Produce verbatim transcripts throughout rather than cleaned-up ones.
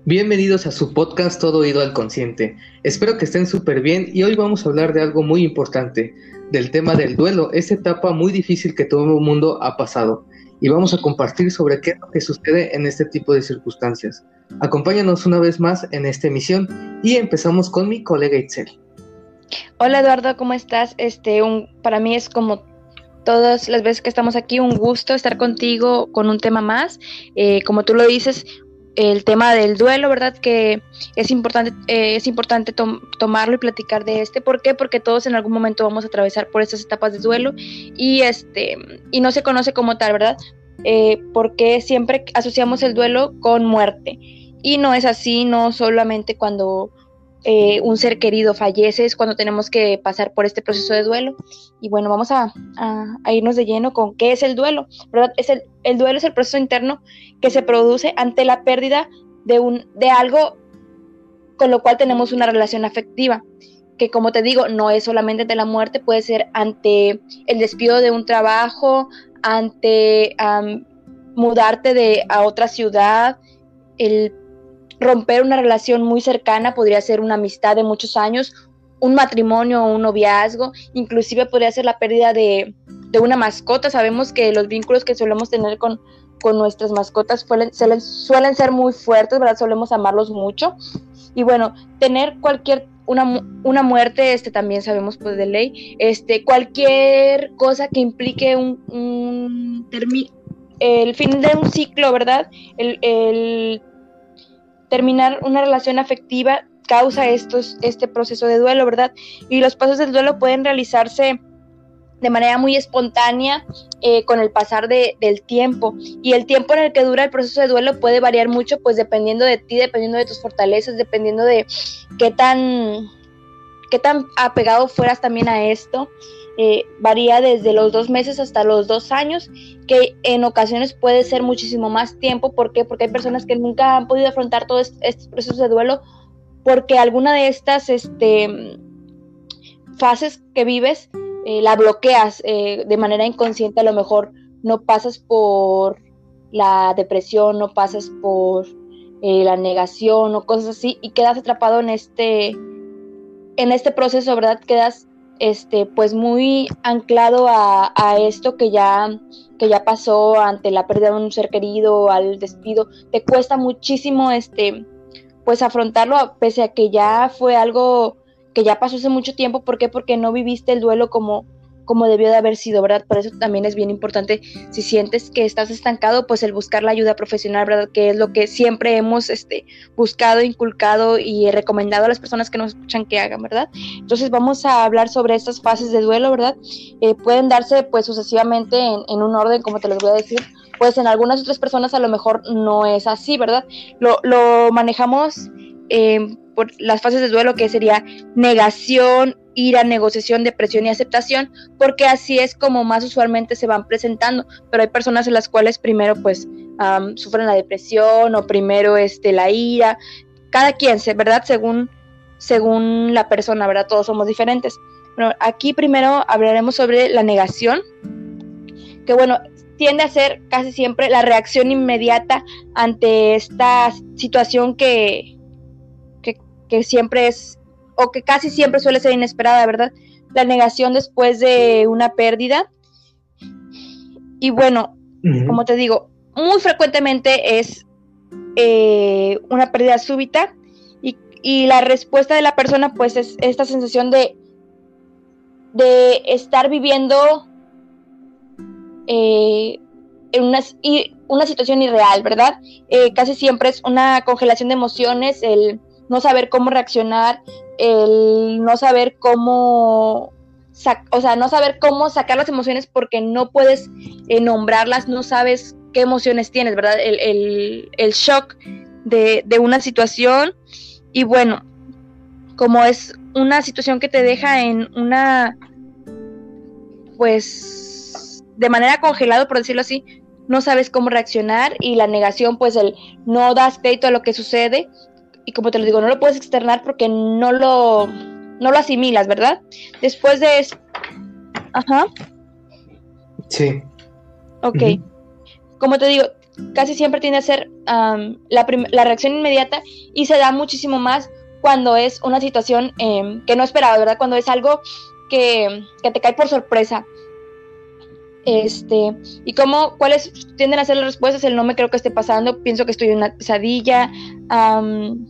Bienvenidos a su podcast Todo Oído al Consciente. Espero que estén súper bien y hoy vamos a hablar de algo muy importante, del tema del duelo, esa etapa muy difícil que todo el mundo ha pasado. Y vamos a compartir sobre qué es lo que sucede en este tipo de circunstancias. Acompáñanos una vez más en esta emisión y empezamos con mi colega Itzel. Hola Eduardo, ¿cómo estás? Este, un, para mí es como todas las veces que estamos aquí, un gusto estar contigo con un tema más. Eh, como tú lo dices, el tema del duelo, ¿verdad? Que es importante, eh, es importante tom- tomarlo y platicar de este. ¿Por qué? Porque todos en algún momento vamos a atravesar por estas etapas de duelo y este y no se conoce como tal, ¿verdad? Eh, porque siempre asociamos el duelo con muerte y no es así, no solamente cuando eh, un ser querido fallece es cuando tenemos que pasar por este proceso de duelo. Y bueno, vamos a, a, a irnos de lleno con qué es el duelo, ¿verdad? Es el, el duelo es el proceso interno que se produce ante la pérdida de, un, de algo con lo cual tenemos una relación afectiva, que como te digo, no es solamente ante la muerte, puede ser ante el despido de un trabajo, ante um, mudarte de, a otra ciudad, el romper una relación muy cercana, podría ser una amistad de muchos años, un matrimonio o un noviazgo, inclusive podría ser la pérdida de, de una mascota. Sabemos que los vínculos que solemos tener con, con nuestras mascotas suelen, suelen, suelen ser muy fuertes, ¿verdad? Solemos amarlos mucho. Y bueno, tener cualquier, una, una muerte, este también sabemos pues de ley, este, cualquier cosa que implique un, un termi- el fin de un ciclo, ¿verdad? El, el terminar una relación afectiva causa estos, este proceso de duelo, ¿verdad? Y los pasos del duelo pueden realizarse de manera muy espontánea eh, con el pasar de, del tiempo. Y el tiempo en el que dura el proceso de duelo puede variar mucho, pues dependiendo de ti, dependiendo de tus fortalezas, dependiendo de qué tan, qué tan apegado fueras también a esto. Eh, varía desde los dos meses hasta los dos años, que en ocasiones puede ser muchísimo más tiempo. ¿Por qué? Porque hay personas que nunca han podido afrontar todos estos procesos de duelo porque alguna de estas este, fases que vives eh, la bloqueas eh, de manera inconsciente. A lo mejor no pasas por la depresión, no pasas por eh, la negación o cosas así y quedas atrapado en este en este proceso, ¿verdad? Quedas este pues muy anclado a, a esto que ya que ya pasó ante la pérdida de un ser querido, al despido. Te cuesta muchísimo este pues afrontarlo, pese a que ya fue algo que ya pasó hace mucho tiempo. ¿Por qué? Porque no viviste el duelo como, como debió de haber sido, ¿verdad? Por eso también es bien importante, si sientes que estás estancado, pues el buscar la ayuda profesional, ¿verdad? Que es lo que siempre hemos este, buscado, inculcado y recomendado a las personas que nos escuchan que hagan, ¿verdad? Entonces vamos a hablar sobre estas fases de duelo, ¿verdad? Eh, pueden darse pues sucesivamente en, en un orden, como te los voy a decir. Pues en algunas otras personas a lo mejor no es así, ¿verdad? Lo, lo manejamos eh, por las fases de duelo, que sería negación, ira, negociación, depresión y aceptación, porque así es como más usualmente se van presentando. Pero hay personas en las cuales primero pues um, sufren la depresión o primero este, la ira, cada quien, ¿verdad? Según, según la persona, ¿verdad? Todos somos diferentes. Bueno, aquí primero hablaremos sobre la negación, que bueno, tiende a ser casi siempre la reacción inmediata ante esta situación que, que, que siempre es, o que casi siempre suele ser inesperada, ¿verdad? La negación después de una pérdida. Y bueno, uh-huh. Como te digo, muy frecuentemente es eh, una pérdida súbita y, y la respuesta de la persona pues es esta sensación de, de estar viviendo Eh, en una, una situación irreal, ¿verdad? Eh, casi siempre es una congelación de emociones, el no saber cómo reaccionar, el no saber cómo, sac- o sea, no saber cómo sacar las emociones porque no puedes eh, nombrarlas, no sabes qué emociones tienes, ¿verdad? El, el, el shock de, de una situación. Y bueno, como es una situación que te deja en una, pues, de manera congelado, por decirlo así, no sabes cómo reaccionar. Y la negación, pues el no das crédito a lo que sucede, y como te lo digo, no lo puedes externar porque no lo, no lo asimilas, ¿verdad? Después de eso, ajá. Sí. Ok. Uh-huh. Como te digo, casi siempre tiende a ser um, la, prim- la reacción inmediata, y se da muchísimo más cuando es una situación eh, que no esperabas, ¿verdad? Cuando es algo que, que te cae por sorpresa. Este, y cómo, cuáles tienden a ser las respuestas: el no me creo que esté pasando, pienso que estoy en una pesadilla, um,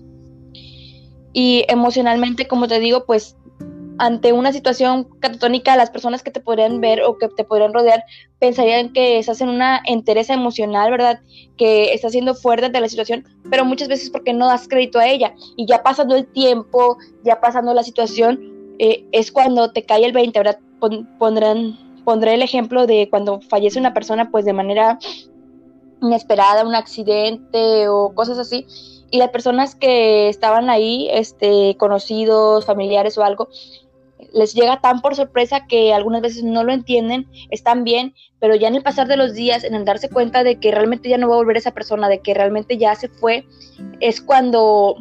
y emocionalmente, como te digo, pues ante una situación catatónica, las personas que te podrían ver o que te podrían rodear pensarían que estás en una entereza emocional, ¿verdad? Que estás siendo fuerte de la situación, pero muchas veces porque no das crédito a ella. Y ya pasando el tiempo, ya pasando la situación, eh, es cuando te cae el veinte, ¿verdad? Pon, pondrán, pondré el ejemplo de cuando fallece una persona, pues de manera inesperada, un accidente o cosas así, y las personas que estaban ahí, este, conocidos, familiares o algo, les llega tan por sorpresa que algunas veces no lo entienden, están bien, pero ya en el pasar de los días, en el darse cuenta de que realmente ya no va a volver esa persona, de que realmente ya se fue, es cuando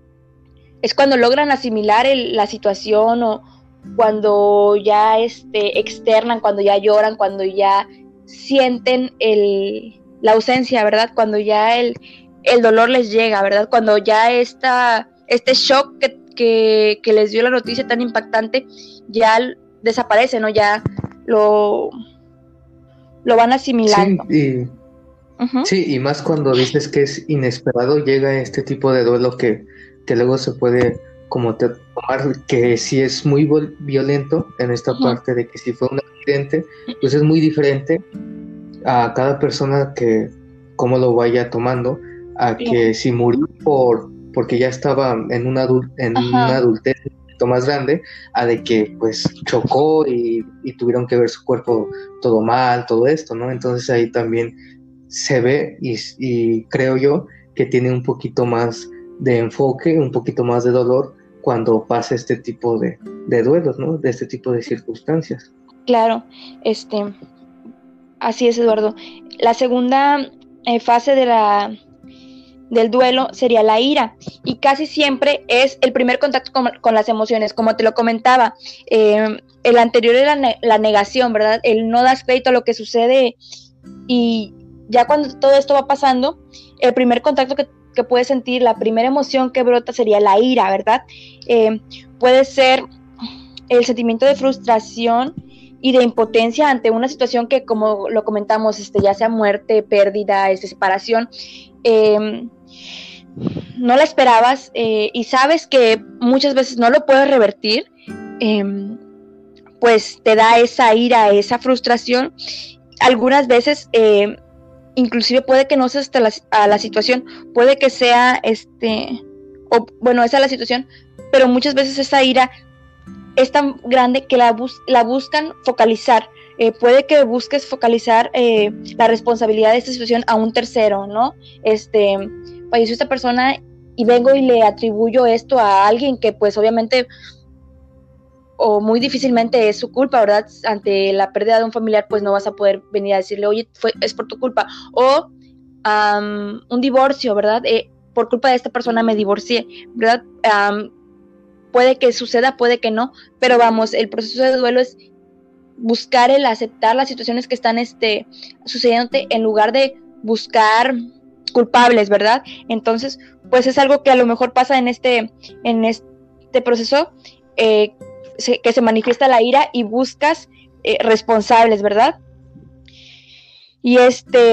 es cuando logran asimilar el, la situación, o cuando ya este, externan, cuando ya lloran, cuando ya sienten el, la ausencia, ¿verdad? Cuando ya el, el dolor les llega, ¿verdad? Cuando ya esta, este shock que Que, que les dio la noticia tan impactante ya desaparece, ¿no? Ya lo, lo van asimilando. Sí, y, uh-huh. sí, y más cuando dices que es inesperado, llega este tipo de duelo que, que luego se puede como te, tomar, que si es muy violento en esta uh-huh. parte de que si fue un accidente, pues es muy diferente a cada persona que cómo lo vaya tomando, a que si murió por porque ya estaba en una, adul- en una adultez un poquito más grande, a de que pues chocó y, y tuvieron que ver su cuerpo todo mal, todo esto, ¿no? Entonces ahí también se ve y, y creo yo que tiene un poquito más de enfoque, un poquito más de dolor cuando pasa este tipo de, de duelos, ¿no? De este tipo de circunstancias. Claro, este, así es, Eduardo. La segunda eh, fase de la del duelo sería la ira, y casi siempre es el primer contacto con, con las emociones, como te lo comentaba. Eh, el anterior era la, ne- la negación, ¿verdad? El no das crédito a lo que sucede, y ya cuando todo esto va pasando, el primer contacto que, que puedes sentir, la primera emoción que brota sería la ira, ¿verdad? Eh, puede ser el sentimiento de frustración y de impotencia ante una situación que, como lo comentamos, este, ya sea muerte, pérdida, este, separación, eh, no la esperabas, eh, y sabes que muchas veces no lo puedes revertir, eh, pues te da esa ira, esa frustración. Algunas veces eh, inclusive puede que no sea hasta la, a la situación, puede que sea este, o bueno, esa es la situación, pero muchas veces esa ira es tan grande que la, bus- la buscan focalizar. Eh, puede que busques focalizar eh, la responsabilidad de esta situación a un tercero, ¿no? Este, falleció esta persona y vengo y le atribuyo esto a alguien que pues obviamente o muy difícilmente es su culpa, ¿verdad? Ante la pérdida de un familiar, pues no vas a poder venir a decirle, oye, fue, es por tu culpa. O um, un divorcio, ¿verdad? Eh, por culpa de esta persona me divorcié, ¿verdad? Um, puede que suceda, puede que no, pero vamos, el proceso de duelo es buscar el aceptar las situaciones que están este, sucediéndote en lugar de buscar culpables, ¿verdad? Entonces, pues es algo que a lo mejor pasa en este, en este proceso, eh, se, que se manifiesta la ira y buscas eh, responsables, ¿verdad? Y este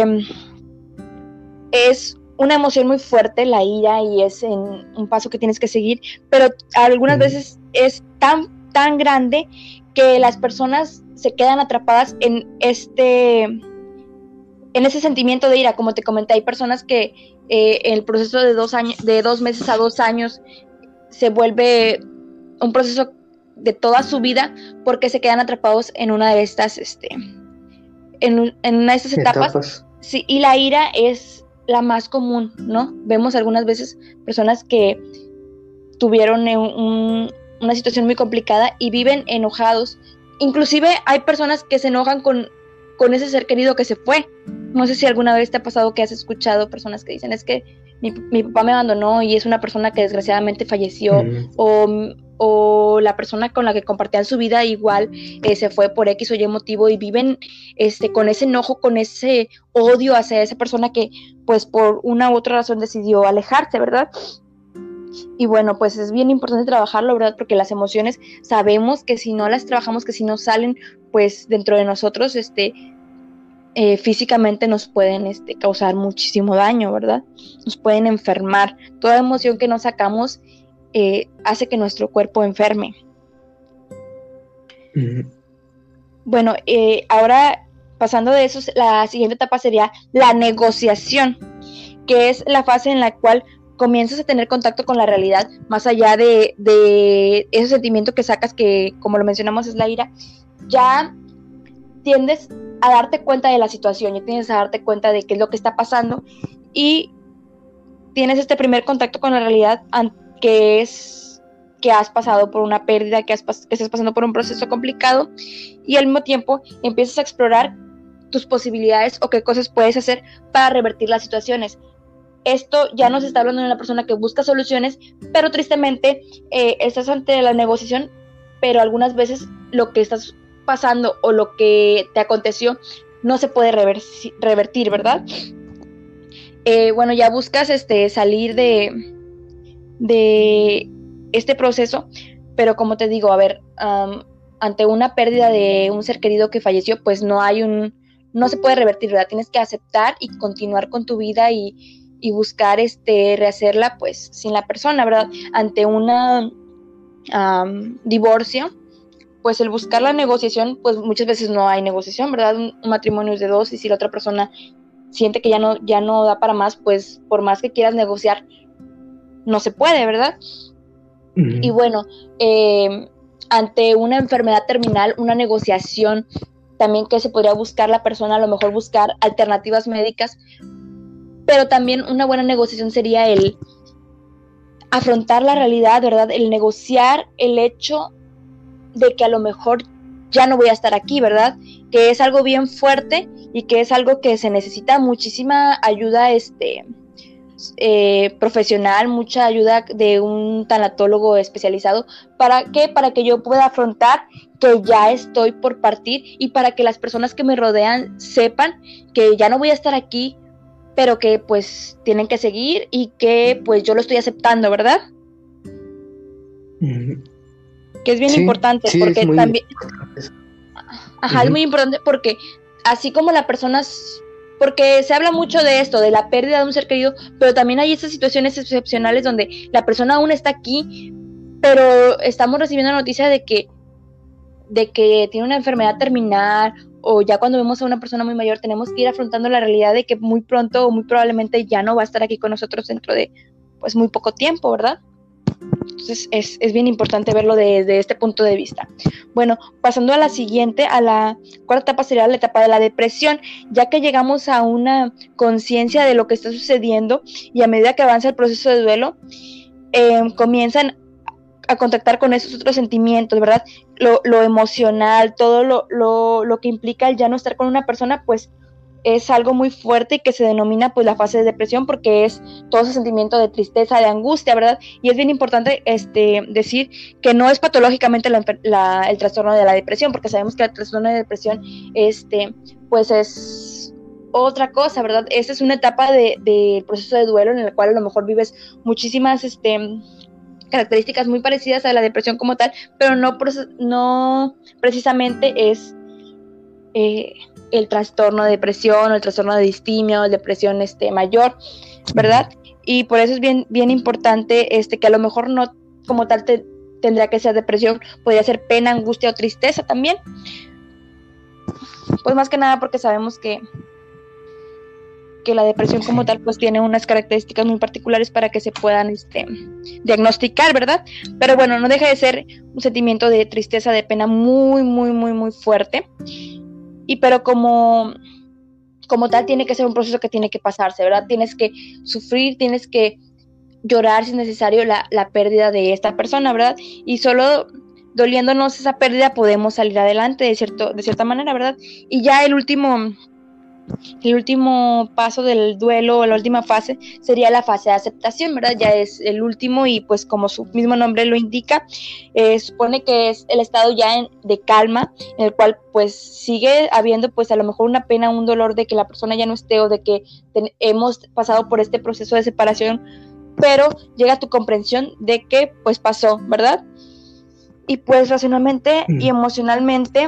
es una emoción muy fuerte, la ira, y es en un paso que tienes que seguir, pero algunas mm. veces es tan, tan grande que las personas se quedan atrapadas en este, en ese sentimiento de ira. Como te comenté, hay personas que eh, en el proceso de dos años, de dos meses a dos años, se vuelve un proceso de toda su vida porque se quedan atrapados en una de estas, este, en, en una de estas etapas. etapas. Sí, y la ira es la más común, ¿no? Vemos algunas veces personas que tuvieron un, una situación muy complicada y viven enojados. Inclusive hay personas que se enojan con, con ese ser querido que se fue. No sé si alguna vez te ha pasado que has escuchado personas que dicen, es que mi, mi papá me abandonó y es una persona que desgraciadamente falleció, Mm. o, o la persona con la que compartían su vida igual eh, se fue por X o Y motivo y viven este, con ese enojo, con ese odio hacia esa persona que pues por una u otra razón decidió alejarse, ¿verdad? Y bueno, pues es bien importante trabajarlo, ¿verdad? Porque las emociones sabemos que si no las trabajamos, que si no salen pues dentro de nosotros, este... Eh, físicamente nos pueden este, causar muchísimo daño, ¿verdad? Nos pueden enfermar. Toda emoción que no sacamos eh, hace que nuestro cuerpo enferme. Mm. Bueno, eh, ahora pasando de eso, la siguiente etapa sería la negociación, que es la fase en la cual comienzas a tener contacto con la realidad, más allá de, de ese sentimiento que sacas, que como lo mencionamos es la ira, ya tiendes a darte cuenta de la situación, ya tienes a darte cuenta de qué es lo que está pasando y tienes este primer contacto con la realidad, que es que has pasado por una pérdida, que, has, que estás pasando por un proceso complicado y al mismo tiempo empiezas a explorar tus posibilidades o qué cosas puedes hacer para revertir las situaciones. Esto ya nos está hablando de una persona que busca soluciones, pero tristemente eh, estás ante la negociación, pero algunas veces lo que estás pasando o lo que te aconteció no se puede reversi- revertir, ¿verdad? Eh, bueno, ya buscas este, salir de, de este proceso, pero como te digo, a ver, um, ante una pérdida de un ser querido que falleció, pues no hay un, no se puede revertir, ¿verdad? Tienes que aceptar y continuar con tu vida y, y buscar este, rehacerla pues sin la persona, ¿verdad? Ante una um, divorcio, pues el buscar la negociación, pues muchas veces no hay negociación, ¿verdad? Un, un matrimonio es de dos y si la otra persona siente que ya no, ya no da para más, pues por más que quieras negociar, no se puede, ¿verdad? Uh-huh. Y bueno, eh, ante una enfermedad terminal, una negociación también que se podría buscar la persona, a lo mejor buscar alternativas médicas, pero también una buena negociación sería el afrontar la realidad, ¿verdad? El negociar el hecho de que a lo mejor ya no voy a estar aquí, ¿verdad? Que es algo bien fuerte y que es algo que se necesita muchísima ayuda este, eh, profesional, mucha ayuda de un tanatólogo especializado. ¿Para qué? Para que yo pueda afrontar que ya estoy por partir y para que las personas que me rodean sepan que ya no voy a estar aquí, pero que pues tienen que seguir y que pues yo lo estoy aceptando, ¿verdad? Uh-huh. Que es bien sí, importante sí, porque es muy también importante. ajá, uh-huh. Es muy importante porque así como la persona, porque se habla mucho de esto, de la pérdida de un ser querido, pero también hay estas situaciones excepcionales donde la persona aún está aquí, pero estamos recibiendo la noticia de que de que tiene una enfermedad terminal, o ya cuando vemos a una persona muy mayor tenemos que ir afrontando la realidad de que muy pronto o muy probablemente ya no va a estar aquí con nosotros dentro de pues muy poco tiempo, ¿verdad? Entonces es, es bien importante verlo desde este punto de vista. Bueno, pasando a la siguiente, a la cuarta etapa sería la etapa de la depresión, ya que llegamos a una conciencia de lo que está sucediendo y a medida que avanza el proceso de duelo, eh, comienzan a contactar con esos otros sentimientos, ¿verdad? Lo, lo emocional, todo lo, lo, lo que implica el ya no estar con una persona, pues es algo muy fuerte y que se denomina pues la fase de depresión porque es todo ese sentimiento de tristeza, de angustia, ¿verdad? Y es bien importante este, decir que no es patológicamente la, la, el trastorno de la depresión, porque sabemos que el trastorno de depresión este, pues es otra cosa, ¿verdad? Esta es una etapa del de proceso de duelo en el cual a lo mejor vives muchísimas este, características muy parecidas a la depresión como tal, pero no, no precisamente es eh, el trastorno de depresión o el trastorno de distimia o depresión este, mayor, ¿verdad? Y por eso es bien, bien importante este, que a lo mejor no como tal te, tendría que ser depresión, podría ser pena, angustia o tristeza también. Pues más que nada porque sabemos que que la depresión como tal pues tiene unas características muy particulares para que se puedan este, diagnosticar, ¿verdad? Pero bueno, no deja de ser un sentimiento de tristeza, de pena muy, muy, muy, muy fuerte. Y pero como, como tal tiene que ser un proceso que tiene que pasarse, ¿verdad? Tienes que sufrir, tienes que llorar si es necesario la, la pérdida de esta persona, ¿verdad? Y solo doliéndonos esa pérdida podemos salir adelante de, cierto, de cierta manera, ¿verdad? Y ya el último... el último paso del duelo, la última fase, sería la fase de aceptación, ¿verdad? Ya es el último y pues como su mismo nombre lo indica, eh, supone que es el estado ya en, de calma, en el cual pues sigue habiendo pues a lo mejor una pena, un dolor de que la persona ya no esté o de que ten, hemos pasado por este proceso de separación, pero llega tu comprensión de que pues pasó, ¿verdad? Y pues racionalmente mm. y emocionalmente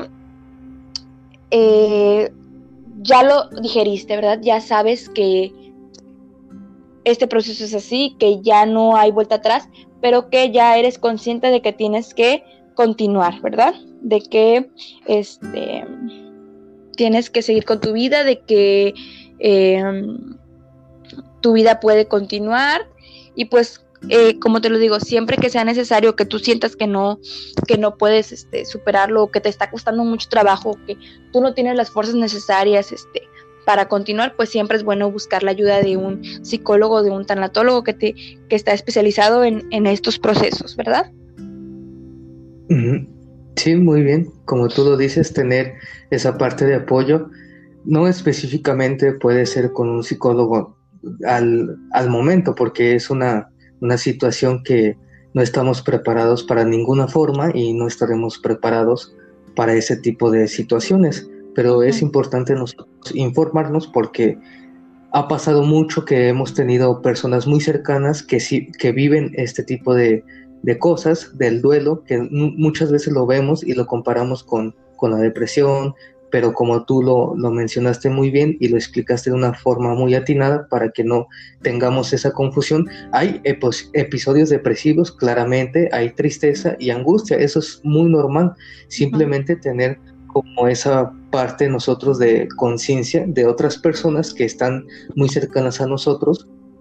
eh, ya lo digeriste, ¿verdad? Ya sabes que este proceso es así, que ya no hay vuelta atrás, pero que ya eres consciente de que tienes que continuar, ¿verdad? De que este, tienes que seguir con tu vida, de que eh, tu vida puede continuar y pues eh, como te lo digo, siempre que sea necesario, que tú sientas que no, que no puedes este, superarlo, o que te está costando mucho trabajo, que tú no tienes las fuerzas necesarias este, para continuar, pues siempre es bueno buscar la ayuda de un psicólogo, de un tanatólogo que, te, que está especializado en, en estos procesos, ¿verdad? Sí, muy bien. Como tú lo dices, tener esa parte de apoyo, no específicamente puede ser con un psicólogo al, al momento, porque es una... una situación que no estamos preparados para ninguna forma y no estaremos preparados para ese tipo de situaciones, pero es importante nosotros informarnos porque ha pasado mucho que hemos tenido personas muy cercanas que, sí, que viven este tipo de, de cosas, del duelo, que m- muchas veces lo vemos y lo comparamos con, con la depresión, pero como tú lo, lo mencionaste muy bien y lo explicaste de una forma muy atinada para que no tengamos esa confusión, hay epos- episodios depresivos, claramente, hay tristeza y angustia, eso es muy normal, simplemente uh-huh. tener como esa parte nosotros de conciencia de otras personas que están muy cercanas a nosotros,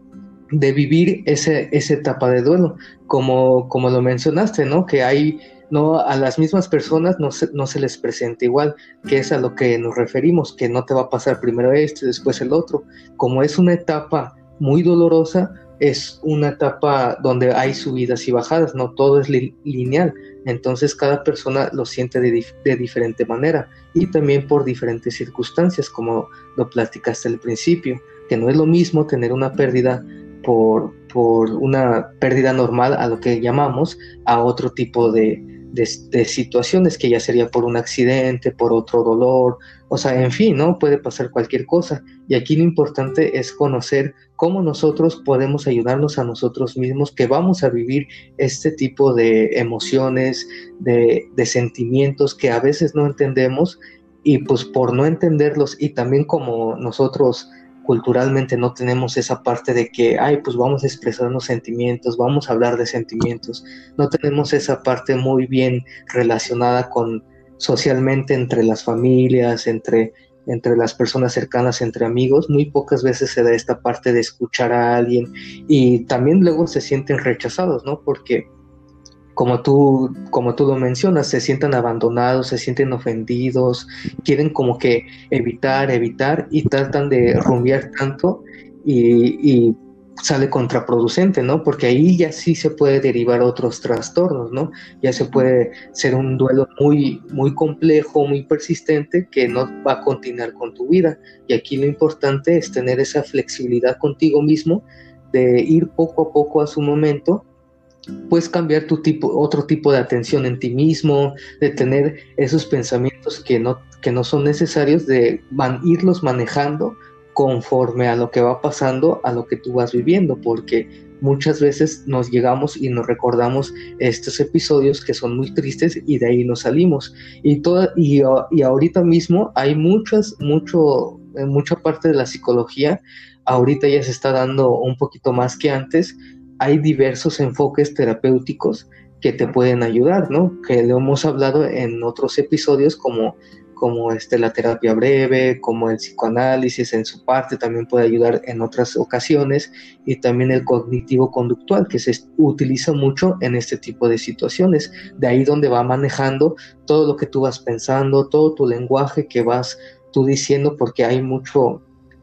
de vivir ese, esa etapa de duelo, como, como lo mencionaste, ¿no? Que hay, no, a las mismas personas no se, no se les presenta igual, que es a lo que nos referimos, que no te va a pasar primero este, después el otro. Como es una etapa muy dolorosa, es una etapa donde hay subidas y bajadas, no todo es li- lineal, entonces cada persona lo siente de, dif- de diferente manera y también por diferentes circunstancias, como lo platicaste al principio, que no es lo mismo tener una pérdida por, por una pérdida normal a lo que llamamos a otro tipo de, de, de situaciones, que ya sería por un accidente, por otro dolor, o sea, en fin, ¿no? Puede pasar cualquier cosa. Y aquí lo importante es conocer cómo nosotros podemos ayudarnos a nosotros mismos, que vamos a vivir este tipo de emociones, de, de sentimientos que a veces no entendemos, y pues por no entenderlos, y también como nosotros culturalmente no tenemos esa parte de que, ay, pues vamos a expresarnos sentimientos, vamos a hablar de sentimientos, no tenemos esa parte muy bien relacionada con socialmente entre las familias, entre, entre las personas cercanas, entre amigos, muy pocas veces se da esta parte de escuchar a alguien y también luego se sienten rechazados, ¿no? Porque como tú, como tú lo mencionas, se sienten abandonados, se sienten ofendidos, quieren como que evitar, evitar y tratan de rumbear tanto y, y sale contraproducente, ¿no? Porque ahí ya sí se puede derivar otros trastornos, ¿no? Ya se puede ser un duelo muy, muy complejo, muy persistente que no va a continuar con tu vida. Y aquí lo importante es tener esa flexibilidad contigo mismo de ir poco a poco a su momento. Puedes cambiar tu tipo, otro tipo de atención en ti mismo, de tener esos pensamientos que no, que no son necesarios, de man, irlos manejando conforme a lo que va pasando, a lo que tú vas viviendo, porque muchas veces nos llegamos y nos recordamos estos episodios que son muy tristes y de ahí nos salimos. Y, toda, y, y ahorita mismo hay muchas, mucho, mucha parte de la psicología, ahorita ya se está dando un poquito más que antes. Hay diversos enfoques terapéuticos que te pueden ayudar, ¿no? Que lo hemos hablado en otros episodios como, como este, la terapia breve, como el psicoanálisis en su parte también puede ayudar en otras ocasiones, y también el cognitivo-conductual, que se utiliza mucho en este tipo de situaciones. De ahí donde va manejando todo lo que tú vas pensando, todo tu lenguaje que vas tú diciendo, porque hay mucho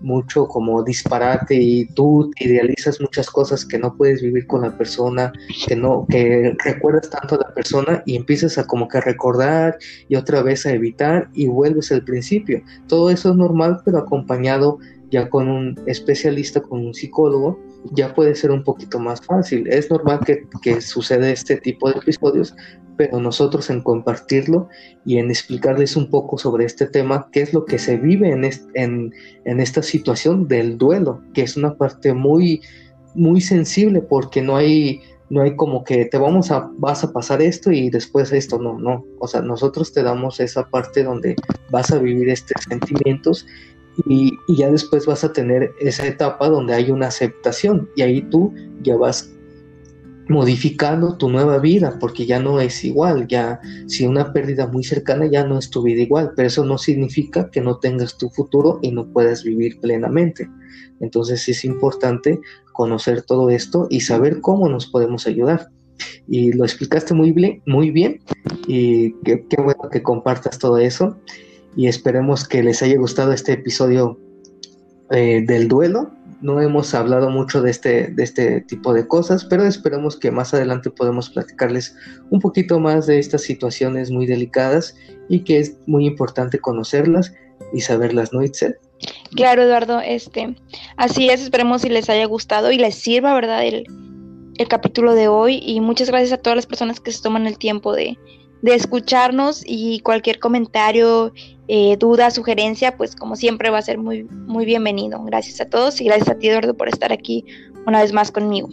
mucho como disparate y tú te idealizas muchas cosas que no puedes vivir con la persona, que no, que recuerdas tanto a la persona y empiezas a como que a recordar y otra vez a evitar y vuelves al principio. Todo eso es normal, pero acompañado ya con un especialista, con un psicólogo, ya puede ser un poquito más fácil. Es normal que, que suceda este tipo de episodios, pero nosotros en compartirlo y en explicarles un poco sobre este tema, qué es lo que se vive en, est- en, en esta situación del duelo, que es una parte muy, muy sensible, porque no hay, no hay como que te vamos a, vas a pasar esto y después esto, no, no. O sea, nosotros te damos esa parte donde vas a vivir estos sentimientos y, y ya después vas a tener esa etapa donde hay una aceptación y ahí tú ya vas modificando tu nueva vida, porque ya no es igual. Ya si una pérdida muy cercana, ya no es tu vida igual, pero eso no significa que no tengas tu futuro y no puedas vivir plenamente. Entonces es importante conocer todo esto y saber cómo nos podemos ayudar, y lo explicaste muy bien, muy bien, y qué, qué bueno que compartas todo eso, y esperemos que les haya gustado este episodio eh, del duelo. No hemos hablado mucho de este, de este tipo de cosas, pero esperamos que más adelante podamos platicarles un poquito más de estas situaciones muy delicadas y que es muy importante conocerlas y saberlas, ¿no, Itzel? Claro, Eduardo, este, así es, esperemos si les haya gustado y les sirva, ¿verdad? El, el capítulo de hoy, y muchas gracias a todas las personas que se toman el tiempo de, de escucharnos, y cualquier comentario, eh, duda, sugerencia, pues como siempre va a ser muy, muy bienvenido. Gracias a todos y gracias a ti, Eduardo, por estar aquí una vez más conmigo.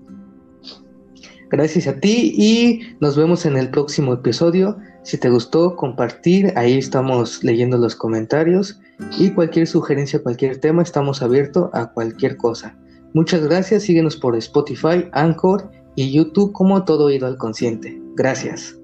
Gracias a ti y nos vemos en el próximo episodio. Si te gustó, compartir, ahí estamos leyendo los comentarios, y cualquier sugerencia, cualquier tema, estamos abiertos a cualquier cosa. Muchas gracias, síguenos por Spotify, Anchor y YouTube como Todo Oído al Consciente. Gracias.